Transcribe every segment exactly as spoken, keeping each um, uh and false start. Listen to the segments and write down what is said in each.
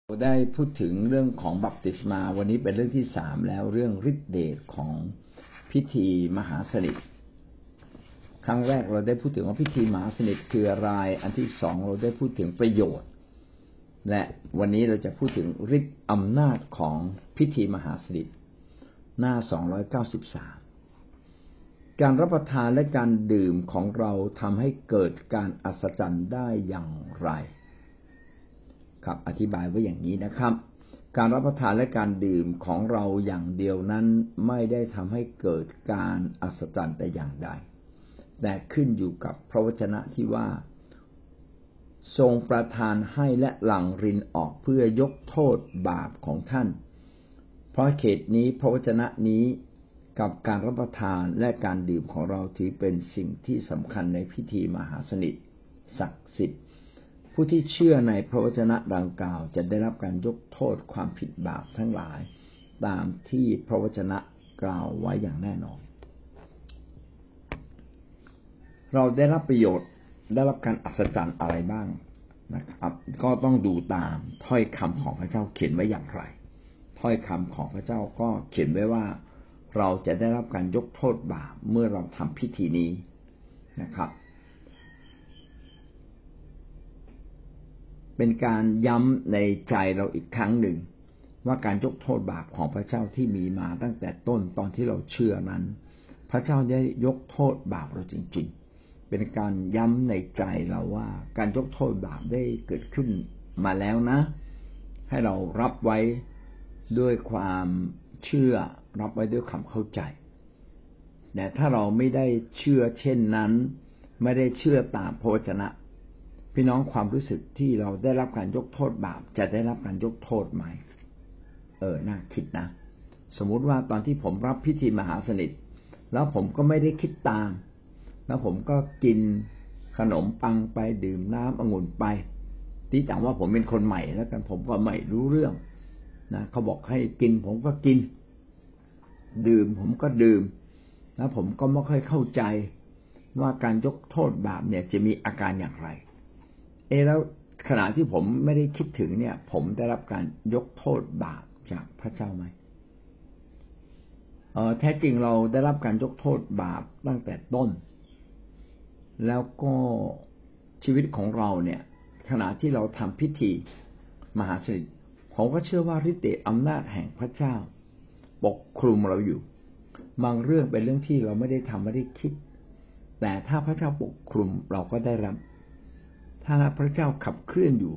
เราได้พูดถึงเรื่องของบัพติศมาวันนี้เป็นเรื่องที่สามแล้วเรื่องฤทธิเดชของพิธีมหาสนิทครั้งแรกเราได้พูดถึงว่าพิธีมหาสนิทคืออะไรอันที่สองเราได้พูดถึงประโยชน์และวันนี้เราจะพูดถึงฤทธิ์อำนาจของพิธีมหาสนิทหน้าสองร้อยเก้าสิบสามการรับประทานและการดื่มของเราทำให้เกิดการอัศจรรย์ได้อย่างไรครับอธิบายไว้อย่างนี้นะครับการรับประทานและการดื่มของเราอย่างเดียวนั้นไม่ได้ทำให้เกิดการอัศจรรย์แต่อย่างใดแต่ขึ้นอยู่กับพระวจนะที่ว่าทรงประทานให้และหลั่งรินออกเพื่อยกโทษบาปของท่านเพราะเหตุนี้พระวจนะนี้กับการรับประทานและการดื่มของเราถือเป็นสิ่งที่สำคัญในพิธีมหาสนิทศักดิ์สิทธิ์ผู้ที่เชื่อในพระวจนะดังกล่าวจะได้รับการยกโทษความผิดบาปทั้งหลายตามที่พระวจนะกล่าวไว้อย่างแน่นอนเราได้รับประโยชน์ได้รับการอัศจรรย์อะไรบ้างนะครับก็ต้องดูตามถ้อยคำของพระเจ้าเขียนไว้อย่างไรถ้อยคำของพระเจ้าก็เขียนไว้ว่าเราจะได้รับการยกโทษบาปเมื่อเราทำพิธีนี้นะครับเป็นการย้ำในใจเราอีกครั้งหนึ่งว่าการยกโทษบาปของพระเจ้าที่มีมาตั้งแต่ต้นตอนที่เราเชื่อนั้นพระเจ้าได้ยกโทษบาปเราจริงๆเป็นการย้ำในใจเราว่าการยกโทษบาปได้เกิดขึ้นมาแล้วนะให้เรารับไว้ด้วยความเชื่อรับไว้ด้วยความเข้าใจแต่ถ้าเราไม่ได้เชื่อเช่นนั้นไม่ได้เชื่อตามพระวจนะพี่น้องความรู้สึกที่เราได้รับการยกโทษบาปจะได้รับการยกโทษไหมเออน่าคิดนะสมมุติว่าตอนที่ผมรับพิธีมหาสนิทแล้วผมก็ไม่ได้คิดตามแล้วผมก็กินขนมปังไปดื่มน้ำองุ่นไปที่ต่างว่าผมเป็นคนใหม่แล้วกันผมก็ไม่รู้เรื่องนะเขาบอกให้กินผมก็กินดื่มผมก็ดื่มแล้วผมก็ไม่ค่อยเข้าใจว่าการยกโทษบาปเนี่ยจะมีอาการอย่างไรเอแล้วขณะที่ผมไม่ได้คิดถึงเนี่ยผมได้รับการยกโทษบาปจากพระเจ้าไหมเออแท้จริงเราได้รับการยกโทษบาปตั้งแต่ต้นแล้วก็ชีวิตของเราเนี่ยขณะที่เราทำพิธีมหาสนิทผมก็เชื่อว่าฤทธิ์เดชอำนาจแห่งพระเจ้าปกคลุมเราอยู่บางเรื่องเป็นเรื่องที่เราไม่ได้ทำไม่ได้คิดแต่ถ้าพระเจ้าปกคลุมเราก็ได้รับถ้าพระเจ้าขับเคลื่อนอยู่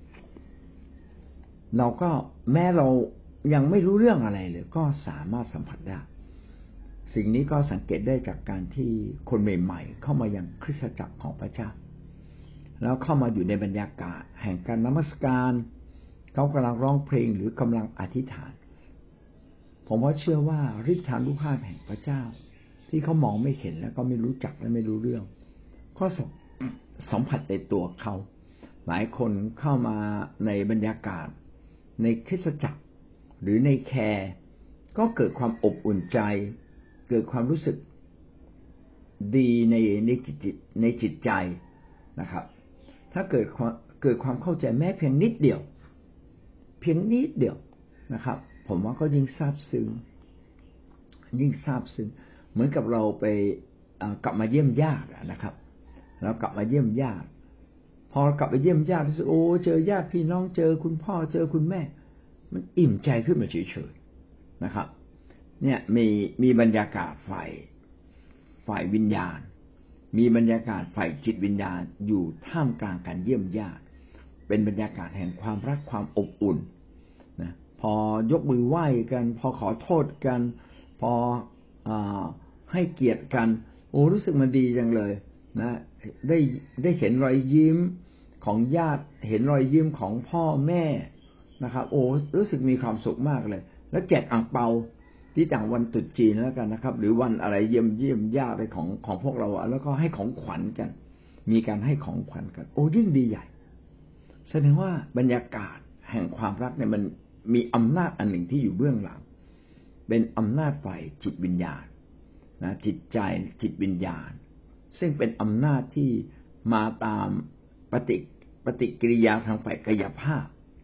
เราก็แม้เรายังไม่รู้เรื่องอะไรเลยก็สามารถสัมผัสได้สิ่งนี้ก็สังเกตได้จากการที่คนใหม่ๆเข้ามายังคริสตจักรของพระเจ้าแล้วเข้ามาอยู่ในบรรยากาศแห่งการนมัสการเขากำลังร้องเพลงหรือกำลังอธิษฐานผมก็เชื่อว่าฤทธานุภาพแห่งพระเจ้าที่เขามองไม่เห็นแล้วก็ไม่รู้จักและไม่รู้เรื่องก็สัมผัสในตัวเขาหลายคนเข้ามาในบรรยากาศในคริสตจักรหรือในแคร์ก็เกิดความอบอุ่นใจเกิดความรู้สึกดีในในจิตในจิตใจนะครับถ้าเกิดเกิดความเข้าใจแม้เพียงนิดเดียวเพียงนิดเดียวนะครับผมว่าก็ยิ่งซาบซึ้งยิ่งซาบซึ้งเหมือนกับเราไปกลับมาเยี่ยมญาตินะครับเรากลับมาเยี่ยมญาติพอกลับไปเยี่ยมญาติรู้สึกโอ้เจอญาติพี่น้องเจอคุณพ่อเจอคุณแม่มันอิ่มใจขึ้นมาเฉยๆนะครับเนี่ยมีมีบรรยากาศฝ่ายฝ่ายวิญญาณมีบรรยากาศฝ่ายจิตวิญญาณอยู่ท่ามกลางการเยี่ยมญาติเป็นบรรยากาศแห่งความรักความอบอุ่นนะพอยกมือไหว้กันพอขอโทษกันพออ่าให้เกียรติกันโอ้รู้สึกมันดีจังเลยนะได้ได้เห็นรอยยิ้มของญาติเห็นรอยยิ้มของพ่อแม่นะครับโอ้รู้สึกมีความสุขมากเลยแล้วแจกอั่งเปาที่ต่างวันตรุษจีนแล้วกันนะครับหรือวันอะไรเยี่ยมเยี่ยมญาติอะไรของของพวกเราแล้วก็ให้ของขวัญกันมีการให้ของขวัญกันโอ้ยิ่งดีใหญ่แสดงว่าบรรยากาศแห่งความรักเนี่ยมันมีอำนาจอันหนึ่งที่อยู่เบื้องหลังเป็นอำนาจฝ่ายจิตวิญญาณนะจิตใจจิตวิญญาณซึ่งเป็นอำนาจที่มาตามปฏิปฏิกิริยาทางฝ่ายกายภาพ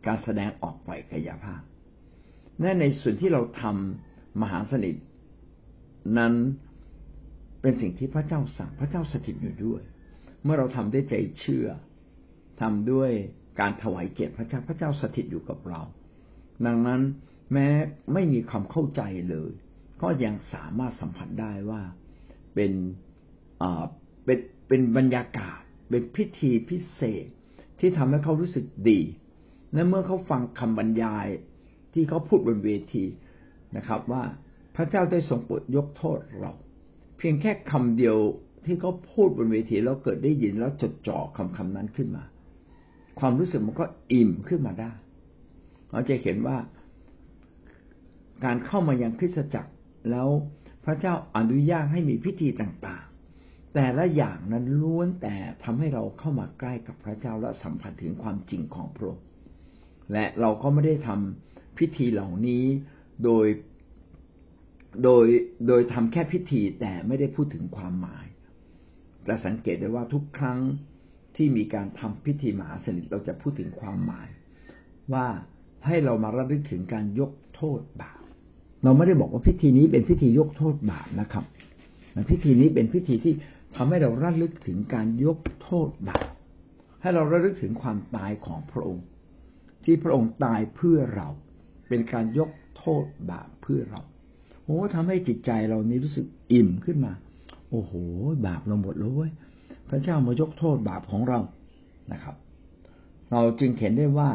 การแสดงออกฝ่ายกายภาพและในส่วนที่เราทำมหาสนิทนั้นเป็นสิ่งที่พระเจ้าสั่งพระเจ้าสถิตอยู่ด้วยเมื่อเราทำด้วยใจเชื่อทำด้วยการถวายเกียรติพระเจ้าพระเจ้าสถิตอยู่กับเราดังนั้นแม้ไม่มีความเข้าใจเลยก็ยังสามารถสัมผัสได้ว่าเป็นอ่าเป็นเป็นบรรยากาศเป็นพิธีพิเศษที่ทำให้เขารู้สึกดีและเมื่อเขาฟังคำบรรยายที่เขาพูดบนเวทีนะครับว่าพระเจ้าได้ทรงโปรดยกโทษเราเพียงแค่คำเดียวที่เขาพูดบนเวทีแล้วเกิดได้ยินแล้วจดจ่อคำคำนั้นขึ้นมาความรู้สึกมันก็อิ่มขึ้นมาได้เราจะเห็นว่าการเข้ามายังคริสตจักรแล้วพระเจ้าอนุญาตให้มีพิธีต่างๆแต่ละอย่างนั้นล้วนแต่ทำให้เราเข้ามาใกล้กับพระเจ้าและสัมผัสถึงความจริงของพระองค์และเราก็ไม่ได้ทำพิธีเหล่านี้โดยโดยโดยทำแค่พิธีแต่ไม่ได้พูดถึงความหมายแต่สังเกตได้ว่าทุกครั้งที่มีการทำพิธีมหาสนิทเราจะพูดถึงความหมายว่าให้เรามาระลึกถึงการยกโทษบาปเราไม่ได้บอกว่าพิธีนี้เป็นพิธียกโทษบาปนะครับพิธีนี้เป็นพิธีที่ทำให้เราระลึกถึงการยกโทษบาปให้เราระลึกถึงความตายของพระองค์ที่พระองค์ตายเพื่อเราเป็นการยกโทษบาปเพื่อเราโอ้ทำให้จิตใจเรานี้รู้สึกอิ่มขึ้นมาโอ้โหบาปเราหมดแล้วเว้ยพระเจ้ามายกโทษบาปของเรานะครับเราจึงเห็นได้ว่า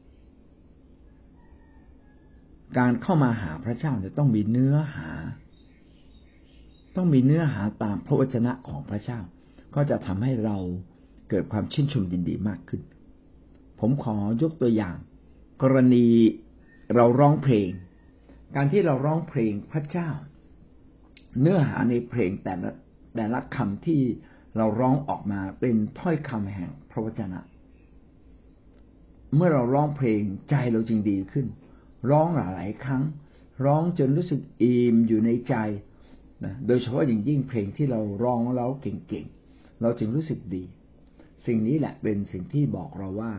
การเข้ามาหาพระเจ้าจะต้องมีเนื้อหาต้องมีเนื้อหาตามพระวจนะของพระเจ้าก็จะทำให้เราเกิดความชื่นชมยินดีมากขึ้นผมขอยกตัวอย่างกรณีเราร้องเพลงการที่เราร้องเพลงพระเจ้าเนื้อหาในเพลงแต่ละแต่ละคำที่เราร้องออกมาเป็นถ้อยคำแห่งพระวจนะเมื่อเราร้องเพลงใจเราจึงดีขึ้นร้องหลายๆครั้งร้องจนรู้สึกอิ่มอยู่ในใจนะโดยเฉพาะอย่างยิ่งเพลงที่เราร้องแล้วเก่งๆเราจึงรู้สึกดีสิ่งนี้แหละเป็นสิ่งที่บอกเราว่า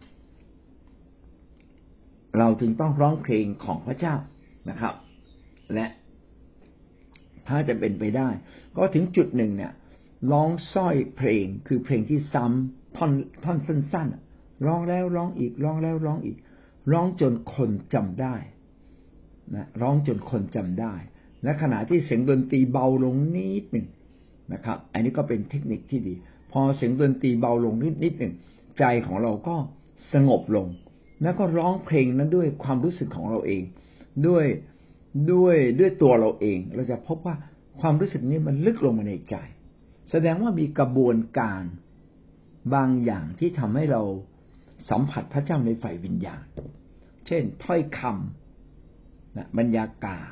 เราจึงต้องร้องเพลงของพระเจ้านะครับและถ้าจะเป็นไปได้ก็ถึงจุดหนึ่งเนี่ยร้องสร้อยเพลงคือเพลงที่ซ้ำท่อนท่อนสั้นๆร้องแล้วร้องอีกร้องแล้วร้องอีกร้องจนคนจำได้นะร้องจนคนจำได้และขณะที่เสียงดนตรีเบาลงนิดหนึ่งนะครับอันนี้ก็เป็นเทคนิคที่ดีพอเสียงดนตรีเบาลงนิดนิดหนึ่งใจของเราก็สงบลงแล้วก็ร้องเพลงนั้นด้วยความรู้สึกของเราเองด้วยด้วยด้วยตัวเราเองเราจะพบว่าความรู้สึกนี้มันลึกลงมาในใจแสดงว่ามีกระบวนการบางอย่างที่ทำให้เราสัมผัสพระเจ้าในฝ่ายวิญญาณเช่นถ้อยคำนะบรรยากาศ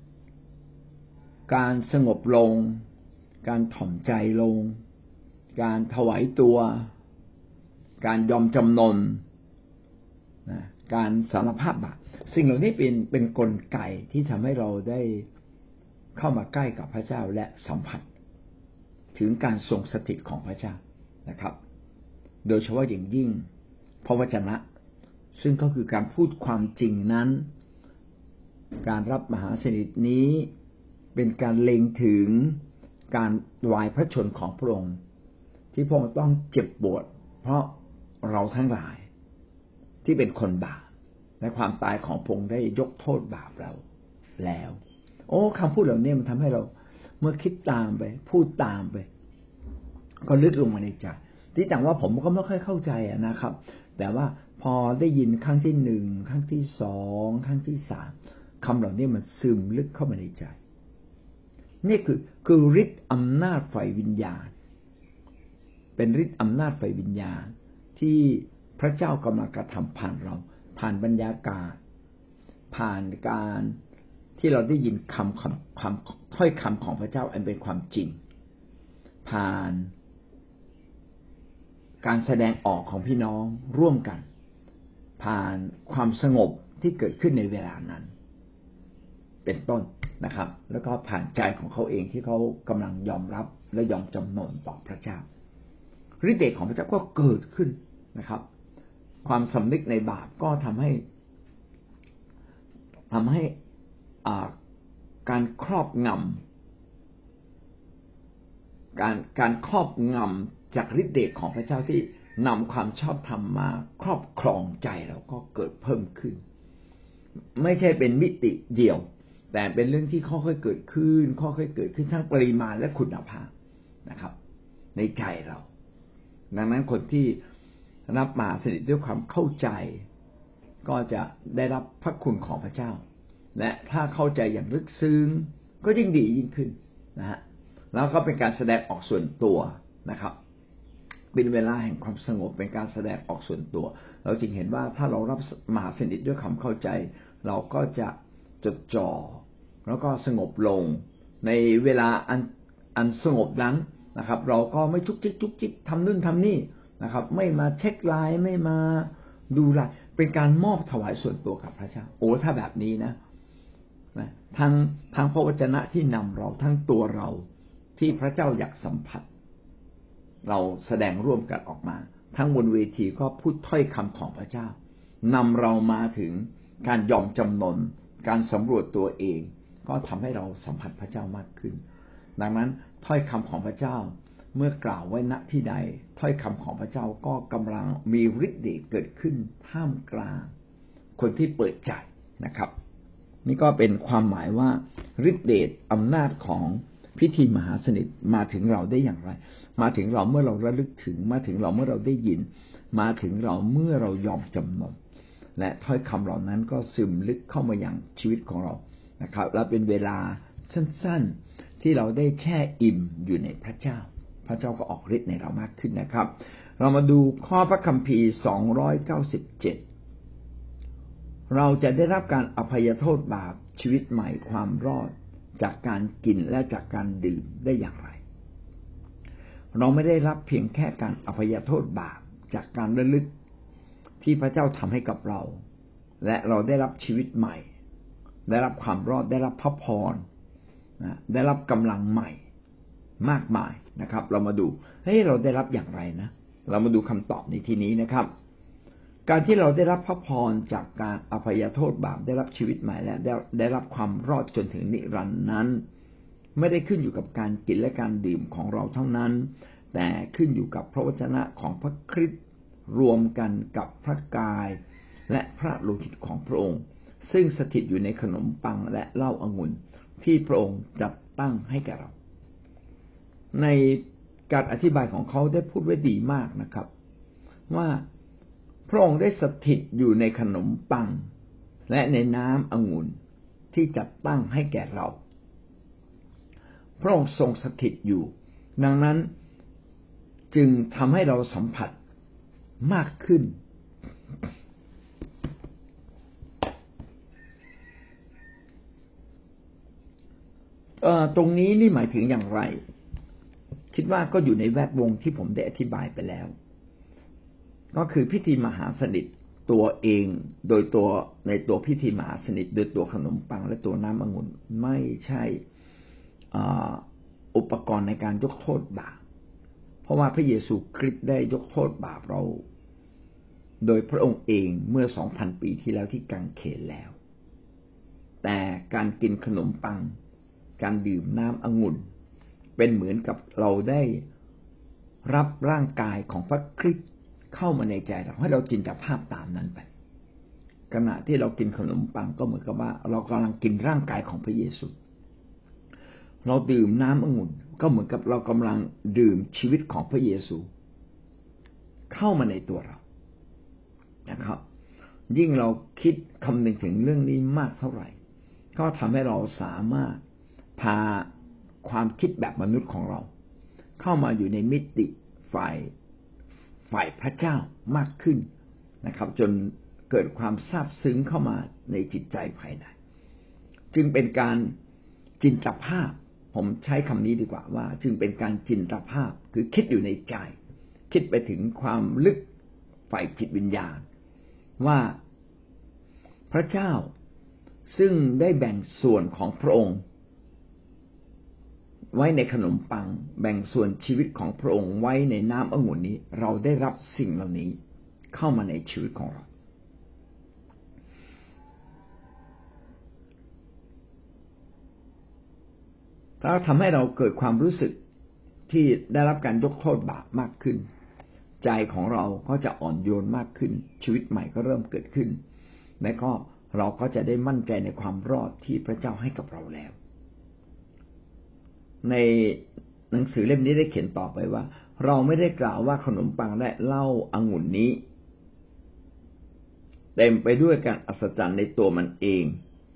การสงบลงการถ่อมใจลงการถวายตัวการยอมจำนนนะการสารภาพบาปสิ่งเหล่านี้เป็นเป็นกลไกที่ทำให้เราได้เข้ามาใกล้กับพระเจ้าและสัมผัสถึงการทรงสถิตของพระเจ้านะครับโดยเฉพาะอย่างยิ่งพระวจนะซึ่งก็คือการพูดความจริงนั้นการรับมหาสนิทนี้เป็นการเล็งถึงการวายพระชนของพระองค์ที่พระองค์ต้องเจ็บปวดเพราะเราทั้งหลายที่เป็นคนบาปและความตายของพระองค์ได้ยกโทษบาปเราแล้วโอ้คำพูดเหล่านี้มันทำให้เราเมื่อคิดตามไปพูดตามไปก็ลึกลงมาในใจที่ต่างว่าผมก็ไม่ค่อยเข้าใจนะครับแต่ว่าพอได้ยินครั้งที่หนึ่งครั้งที่สองครั้งที่สามคำเหล่านี้มันซึมลึกเข้ามาในใจนี่คือคือฤทธิ์อำนาจฝ่ายวิญญาณเป็นฤทธิ์อำนาจฝ่ายวิญญาณที่พระเจ้ากำลังกระทำผ่านเราผ่านบรรยากาศผ่านการที่เราได้ยินคำคำคำถ้อยคำของพระเจ้าอันเป็นความจริงผ่านการแสดงออกของพี่น้องร่วมกันผ่านความสงบที่เกิดขึ้นในเวลานั้นเป็นต้นนะครับแล้วก็ผ่านใจของเขาเองที่เขากำลังยอมรับและยอมจำนนต่อพระเจ้าฤทธิ์เดชของพระเจ้าก็เกิดขึ้นนะครับความสำนึกในบาปก็ทำให้ทำให้การครอบงำการการครอบงำจากฤทธิ์เดชของพระเจ้าที่นำความชอบธรรมมาครอบครองใจเราก็เกิดเพิ่มขึ้นไม่ใช่เป็นมิติเดียวแต่เป็นเรื่องที่ค่อยๆเกิดขึ้นค่อยๆเกิดขึ้นทั้งปริมาณและคุณภาพนะครับในใจเราดังนั้นคนที่รับมาสนิทด้วยความเข้าใจก็จะได้รับพระคุณของพระเจ้าและถ้าเข้าใจอย่างลึกซึ้งก็ยิ่งดียิ่งขึ้นนะฮะแล้วก็เป็นการแสดงออกส่วนตัวนะครับเป็นเวลาแห่งความสงบเป็นการแสดงออกส่วนตัวเราจึงเห็นว่าถ้าเรารับมหาสนิทด้วยความเข้าใจเราก็จะจดจ่อแล้วก็สงบลงในเวลาอันอันสงบนั้นนะครับเราก็ไม่จุกจิกจุกจิกทำนู่นทำนี่นะครับไม่มาเช็คไลน์ไม่มาดูไลน์เป็นการมอบถวายส่วนตัวกับพระเจ้าโอ้ถ้าแบบนี้นะนะทั้งทั้งพระวจนะที่นำเราทั้งตัวเราที่พระเจ้าอยากสัมผัสเราแสดงร่วมกันออกมาทั้งบนเวทีก็พูดถ้อยคำของพระเจ้านำเรามาถึงการยอมจำนนการสำรวจตัวเองก็ทำให้เราสัมผัสพระเจ้ามากขึ้นดังนั้นถ้อยคำของพระเจ้าเมื่อกล่าวไว้ณที่ใดถ้อยคำของพระเจ้าก็กำลังมีฤทธิ์เดชเกิดขึ้นท่ามกลางคนที่เปิดใจนะครับนี่ก็เป็นความหมายว่าฤทธิ์เดชอำนาจของพิธีมหาสนิทมาถึงเราได้อย่างไรมาถึงเราเมื่อเราระลึกถึงมาถึงเราเมื่อเราได้ยินมาถึงเราเมื่อเรายอมจำนนและถ้อยคำเหล่านั้นก็ซึมลึกเข้ามาอย่างชีวิตของเรานะครับและเป็นเวลาสั้นๆที่เราได้แช่อิ่มอยู่ในพระเจ้าพระเจ้าก็ออกฤทธิ์ในเรามากขึ้นนะครับเรามาดูข้อพระคัมภีร์สองร้อยเก้าสิบเจ็ดเราจะได้รับการอภัยโทษบาปชีวิตใหม่ความรอดจากการกินและจากการดื่มได้อย่างไรเราไม่ได้รับเพียงแค่การอภัยโทษบาปจากการระลึกที่พระเจ้าทำให้กับเราและเราได้รับชีวิตใหม่ได้รับความรอดได้รับพระพรนะได้รับกำลังใหม่มากมายนะครับเรามาดูเฮ้ยเราได้รับอย่างไรนะเรามาดูคำตอบในที่นี้นะครับการที่เราได้รับพระพรจากการอภัยโทษบาปได้รับชีวิตใหม่และได้ได้รับความรอดจนถึงนิรันดร์นั้นไม่ได้ขึ้นอยู่กับการกินและการดื่มของเราเท่านั้นแต่ขึ้นอยู่กับพระวจนะของพระคริสต์รวมกันกับพระกายและพระโลหิตของพระองค์ซึ่งสถิตอยู่ในขนมปังและเหล้าองุ่นที่พระองค์จัดตั้งให้แก่เราในการอธิบายของเขาได้พูดไว้ดีมากนะครับว่าพระองค์ได้สถิตอยู่ในขนมปังและในน้ำองุ่นที่จัดตั้งให้แก่เราพระองค์ทรงสถิตอยู่ดังนั้นจึงทำให้เราสัมผัสมากขึ้นเอ่อตรงนี้นี่หมายถึงอย่างไรคิดว่าก็อยู่ในแวดวงที่ผมได้อธิบายไปแล้วก็คือพิธีมหาสนิทตัวเองโดยตัวในตัวพิธีมหาสนิทโดยตัวขนมปังและตัวน้ำองุ่นไม่ใช่อุปกรณ์ในการยกโทษบาปเพราะว่าพระเยซูคริสต์ได้ยกโทษบาปเราโดยพระองค์เองเมื่อ สองพัน ปีที่แล้วที่กางเขนแล้วแต่การกินขนมปังการดื่มน้ำองุ่นเป็นเหมือนกับเราได้รับร่างกายของพระคริสต์เข้ามาในใจเราให้เราจินตภาพตามนั้นไปขณะที่เรากินขนมปังก็เหมือนกับว่าเรากำลังกินร่างกายของพระเยซูเราดื่มน้ำองุ่นก็เหมือนกับเรากำลังดื่มชีวิตของพระเยซูเข้ามาในตัวเรานะครับยิ่งเราคิดคำนึงถึงเรื่องนี้มากเท่าไหร่ก็ทำให้เราสามารถพาความคิดแบบมนุษย์ของเราเข้ามาอยู่ในมิติฝ่ายฝ่ายพระเจ้ามากขึ้นนะครับจนเกิดความซาบซึ้งเข้ามาในจิตใจภายในจึงเป็นการจินตภาพผมใช้คำนี้ดีกว่าว่าจึงเป็นการจินตภาพคือคิดอยู่ในใจคิดไปถึงความลึกฝ่ายจิตวิญญาณว่าพระเจ้าซึ่งได้แบ่งส่วนของพระองค์ไว้ในขนมปังแบ่งส่วนชีวิตของพระองค์ไว้ในน้ำองุ่นนี้เราได้รับสิ่งเหล่านี้เข้ามาในชีวิตของเราถ้าทำให้เราเกิดความรู้สึกที่ได้รับการยกโทษบาปมากขึ้นใจของเราก็จะอ่อนโยนมากขึ้นชีวิตใหม่ก็เริ่มเกิดขึ้นและก็เราก็จะได้มั่นใจในความรอดที่พระเจ้าให้กับเราแล้วในหนังสือเล่มนี้ได้เขียนต่อไปว่าเราไม่ได้กล่าวว่าขนมปังและเหล้าองุ่นนี้เต็มไปด้วยการอัศจรรย์ในตัวมันเอง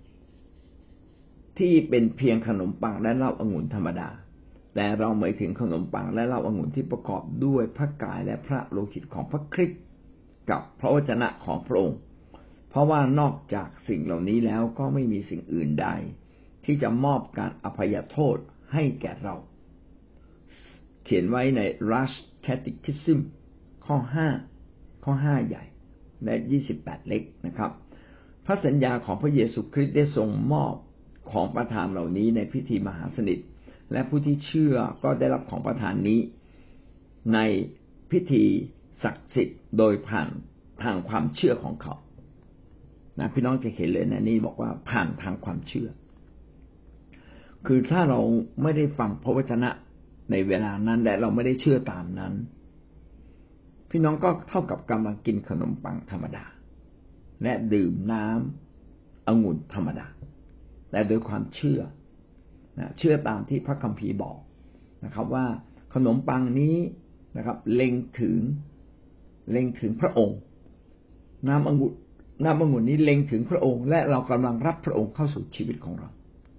ที่เป็นเพียงขนมปังและเหล้าองุ่นธรรมดาแต่เราหมายถึงขนมปังและเหล้าองุ่นที่ประกอบด้วยพระกายและพระโลหิตของพระคริสต์กับพระวจนะของพระองค์เพราะว่านอกจากสิ่งเหล่านี้แล้วก็ไม่มีสิ่งอื่นใดที่จะมอบการอภัยโทษให้แก่เราเขียนไว้ใน Rush Catechism ข้อห้าข้อห้าใหญ่และยี่สิบแปดเล็กนะครับพระสัญญาของพระเยซูคริสต์ได้ทรงมอบของประทานเหล่านี้ในพิธีมหาสนิทและผู้ที่เชื่อก็ได้รับของประทานนี้ในพิธีศักดิ์สิทธิ์โดยผ่านทางความเชื่อของเขานะพี่น้องจะเห็นเลยนะนี่บอกว่าผ่านทางความเชื่อคือถ้าเราไม่ได้ฟังพระวจนะในเวลานั้นและเราไม่ได้เชื่อตามนั้นพี่น้องก็เท่ากับกำลังกินขนมปังธรรมดาและดื่มน้ำองุ่นธรรมดาแต่โดยความเชื่อนะเชื่อตามที่พระคัมภีร์บอกนะครับว่าขนมปังนี้นะครับเล็งถึงเล็งถึงพระองค์น้ำองุ่นน้ำองุ่นนี้เล็งถึงพระองค์และเรากำลังรับพระองค์เข้าสู่ชีวิตของเรา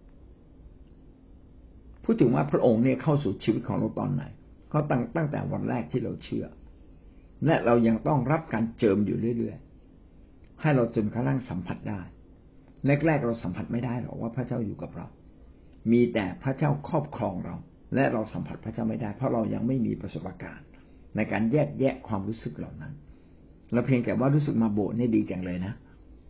พูดถึงว่าพระองค์เนี่ยเข้าสู่ชีวิตของเราตอนไหนก็ตั้งตั้งแต่วันแรกที่เราเชื่อและเรายังต้องรับการเจิมอยู่เรื่อยๆให้เราจนกระทั่งสัมผัสได้แรกๆเราสัมผัสไม่ได้หรอกว่าพระเจ้าอยู่กับเรามีแต่พระเจ้าครอบครองเราและเราสัมผัสพระเจ้าไม่ได้เพราะเรายังไม่มีประสบการณ์ในการแยกแยะความรู้สึกเหล่านั้นเราเพียงแต่ว่ารู้สึกมาโบสถ์นี่ดีจังเลยนะ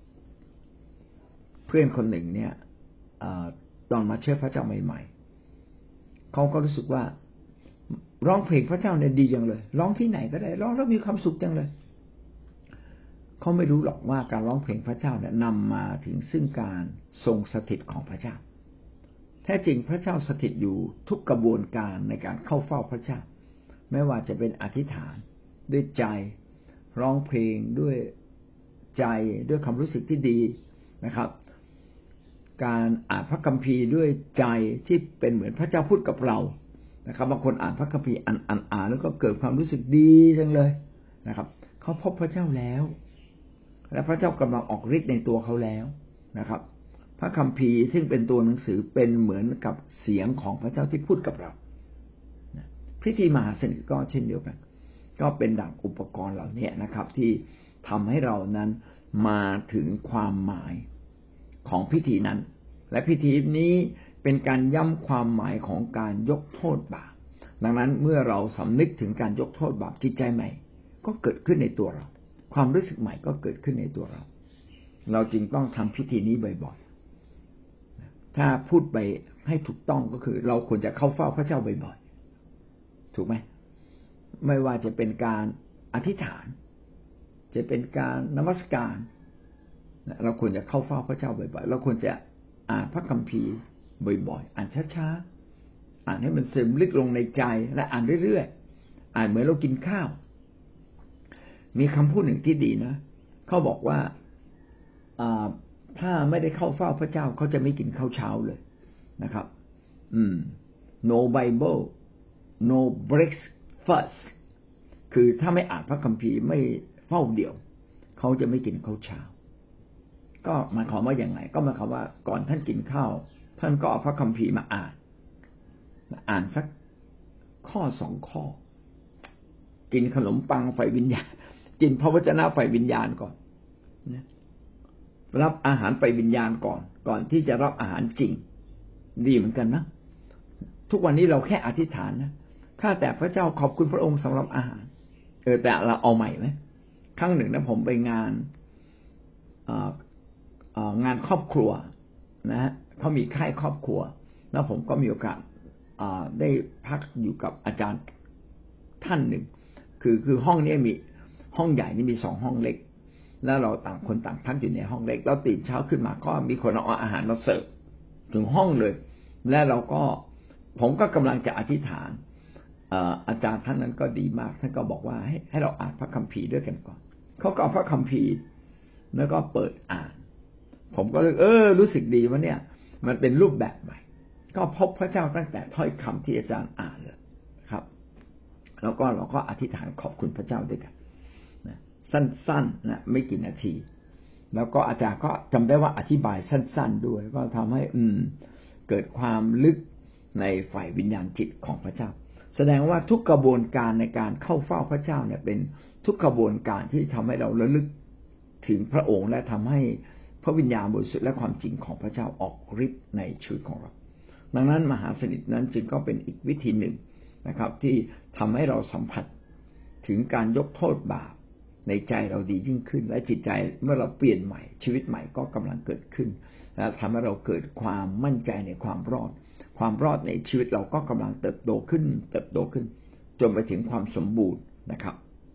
เพื่อนคนหนึ่งเนี่ยตอนมาเชื่อพระเจ้าใหม่ๆเขาก็รู้สึกว่าร้องเพลงพระเจ้าเนี่ยดีจังเลยร้องที่ไหนก็ได้ร้องแล้วมีความสุขจังเลยเขาไม่รู้หรอกว่าการร้องเพลงพระเจ้าเนี่ยนำมาถึงซึ่งการทรงสถิตของพระเจ้าแท้จริงพระเจ้าสถิตอยู่ทุกกระบวนการในการเข้าเฝ้าพระเจ้าไม่ว่าจะเป็นอธิษฐานด้วยใจร้องเพลงด้วยใจด้วยความรู้สึกที่ดีนะครับการอ่านพระคัมภีร์ด้วยใจที่เป็นเหมือนพระเจ้าพูดกับเรานะครับบางคนอ่านพระคัมภีร์อ่านอ่านอ่านแล้วก็เกิดความรู้สึกดีจังเลยนะครับเขาพบพระเจ้าแล้วและพระเจ้ากำลังออกฤทธิ์ในตัวเขาแล้วนะครับพระคัมภีร์ซึ่งเป็นตัวหนังสือเป็นเหมือนกับเสียงของพระเจ้าที่พูดกับเราพิธีมหาสนิทก็เช่นเดียวกันก็เป็นดั่งอุปกรณ์เหล่านี้นะครับที่ทำให้เรานั้นมาถึงความหมายของพิธีนั้นและพิธีนี้เป็นการย้ำความหมายของการยกโทษบาปดังนั้นเมื่อเราสำนึกถึงการยกโทษบาปจิตใจใหม่ก็เกิดขึ้นในตัวเราความรู้สึกใหม่ก็เกิดขึ้นในตัวเราเราจึงต้องทำพิธีนี้บ่อยๆถ้าพูดไปให้ถูกต้องก็คือเราควรจะเข้าเฝ้าพระเจ้าบ่อยๆถูกไหมไม่ว่าจะเป็นการอธิษฐานจะเป็นการนมัสการเราควรจะเข้าเฝ้าพระเจ้าบ่อยๆเราควรจะอ่านพระคัมภีร์บ่อยๆอ่านช้าๆอ่านให้มันซึมลึกลงในใจและอ่านเรื่อยๆอ่านเหมือนเรากินข้าวมีคำพูดหนึ่งที่ดีนะเขาบอกว่าถ้าไม่ได้เข้าเฝ้าพระเจ้าเขาจะไม่กินข้าวเช้าเลยนะครับอืม no Bible no breakfast คือถ้าไม่อ่านพระคัมภีร์ไม่เฝ้าเดี่ยวเขาจะไม่กินข้าวเช้าก็หมายความว่าอย่างไงก็หมายความว่าก่อนท่านกินข้าวท่านก็เอาพระคัมภีร์มาอ่านอ่านสักข้อสองข้อกินขนมปังไฟวิญญาณกินพระวจนะไฟวิญญาณก่อนรับอาหารไฟวิญญาณก่อนก่อนที่จะรับอาหารจริงดีเหมือนกันนะทุกวันนี้เราแค่อธิษฐานนะข้าแต่พระเจ้าขอบคุณพระองค์สำหรับอาหารเออแต่เราเอาใหม่ไหมครั้งหนึ่งนะผมไปงานงานครอบครัวนะฮะเขามีค่ายครอบครัวแล้วผมก็มีโอกาสได้พักอยู่กับอาจารย์ท่านหนึ่งคือคือห้องนี้มีห้องใหญ่นี่มีสองห้องเล็กแล้วเราต่างคนต่างพักอยู่ในห้องเล็กแล้วตื่นเช้าขึ้นมาก็มีคนเอาอาหารมาเสิร์ฟถึงห้องเลยและเราก็ผมก็กำลังจะอธิษฐานอาจารย์ท่านนั้นก็ดีมากท่านก็บอกว่าให้ให้เราอ่านพระคัมภีร์ด้วยกันก่อนเขาก็เอาพระคัมภีร์แล้วก็เปิดอ่านผมก็เลยเออรู้สึกดีว่าเนี่ยมันเป็นรูปแบบใหม่ก็พบพระเจ้าตั้งแต่ถ้อยคำที่อาจารย์อ่านเลยครับแล้วก็เราก็อธิษฐานขอบคุณพระเจ้าด้วยกันนะสั้นๆนะไม่กี่นาทีแล้วก็อาจารย์ก็จำได้ว่าอธิบายสั้นๆด้วยก็ทำให้อืมเกิดความลึกในฝ่ายวิญญาณจิตของพระเจ้าแสดงว่าทุกกระบวนการในการเข้าเฝ้าพระเจ้าเนี่ยเป็นทุกกระบวนการที่ทำให้เราระลึกถึงพระองค์และทำให้พระวิญญาณบริสุทธิ์และความจริงของพระเจ้าออกฤทธิ์ในชีวิตของเราดังนั้นมหาสนิทนั้นจึงก็เป็นอีกวิธีหนึ่งนะครับที่ทำให้เราสัมผัสถึงการยกโทษบาปในใจเราดียิ่งขึ้นและจิตใจเมื่อเราเปลี่ยนใหม่ชีวิตใหม่ก็กำลังเกิดขึ้นและทำให้เราเกิดความมั่นใจในความรอดความรอดในชีวิตเราก็กำลังเติบโตขึ้นเติบโตขึ้นจนไปถึงความสมบูรณ์นะครับ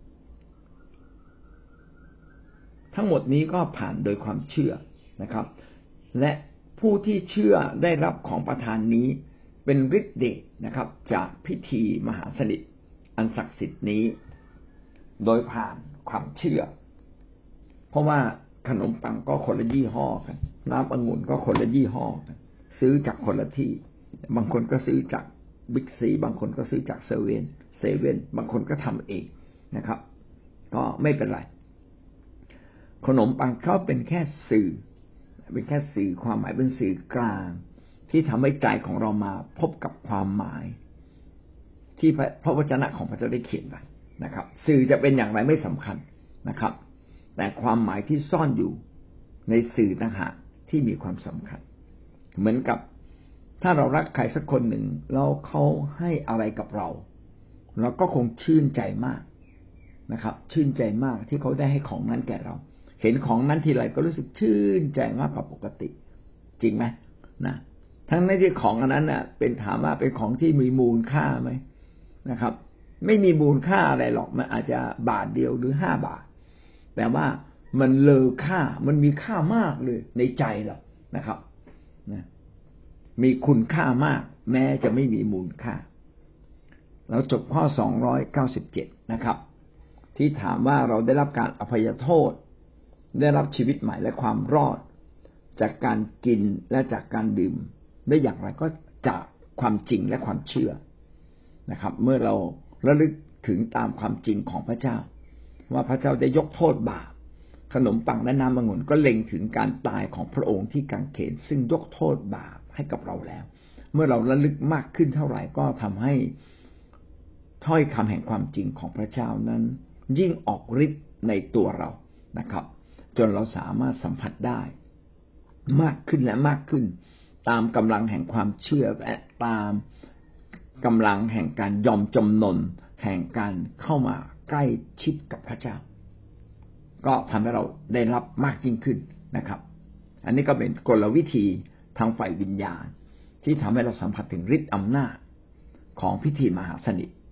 ทั้งหมดนี้ก็ผ่านโดยความเชื่อนะครับและผู้ที่เชื่อได้รับของประทานนี้เป็นฤทธิ์เดชนะครับจากพิธีมหาสนิทอันศักดิ์สิทธิ์นี้โดยผ่านความเชื่อเพราะว่าขนมปังก็คนละยี่ห้อกันน้ำองุ่นก็คนละยี่ห้อกันซื้อจากคนละที่บางคนก็ซื้อจากบิ๊กซีบางคนก็ซื้อจากเซเว่นเซเว่นบางคนก็ทำเองนะครับก็ไม่เป็นไรขนมปังเขาเป็นแค่สื่อเป็นแค่สื่อความหมายเป็นสื่อกลางที่ทำให้ใจของเรามาพบกับความหมายที่พระวจนะของพระเจ้าได้เขียนไว้นะครับสื่อจะเป็นอย่างไรไม่สำคัญนะครับแต่ความหมายที่ซ่อนอยู่ในสื่อต่างหากที่มีความสำคัญเหมือนกับถ้าเรารักใครสักคนหนึ่งแล้วเขาให้อะไรกับเราเราก็คงชื่นใจมากนะครับชื่นใจมากที่เขาได้ให้ของนั้นแก่เราเห็นของนั้นทีไรก็รู้สึกชื่นใจมากกว่าปกติจริงไหมนะทั้งในที่ของอันนั้นน่ะเป็นถามว่าเป็นของที่มีมูลค่าไหมนะครับไม่มีมูลค่าอะไรหรอกมันอาจจะบาทเดียวหรือห้าบาทแต่ว่ามันเลอค่ามันมีค่ามากเลยในใจเรานะครับนะมีคุณค่ามากแม้จะไม่มีมูลค่าเราจบข้อสองร้อยเก้าสิบเจ็ดนะครับที่ถามว่าเราได้รับการอภัยโทษได้รับชีวิตใหม่และความรอดจากการกินและจากการดื่มได้อย่างไรก็จากความจริงและความเชื่อนะครับเมื่อเราระลึกถึงตามความจริงของพระเจ้าว่าพระเจ้าได้ยกโทษบาปขนมปังและน้ำองุ่นก็เล็งถึงการตายของพระองค์ที่กางเขนซึ่งยกโทษบาปให้กับเราแล้วเมื่อเราระลึกมากขึ้นเท่าไหร่ก็ทำให้ถ้อยคำแห่งความจริงของพระเจ้านั้นยิ่งออกฤทธิ์ในตัวเรานะครับจนเราสามารถสัมผัสได้มากขึ้นและมากขึ้นตามกำลังแห่งความเชื่อและตามกำลังแห่งการยอมจำนนแห่งการเข้ามาใกล้ชิดกับพระเจ้าก็ทำให้เราได้รับมากยิ่งขึ้นนะครับอันนี้ก็เป็นกลวิธีทางฝ่ายวิญญาณที่ทำให้เราสัมผัสถึงฤทธิ์อำนาจของพิธีมหาสนิท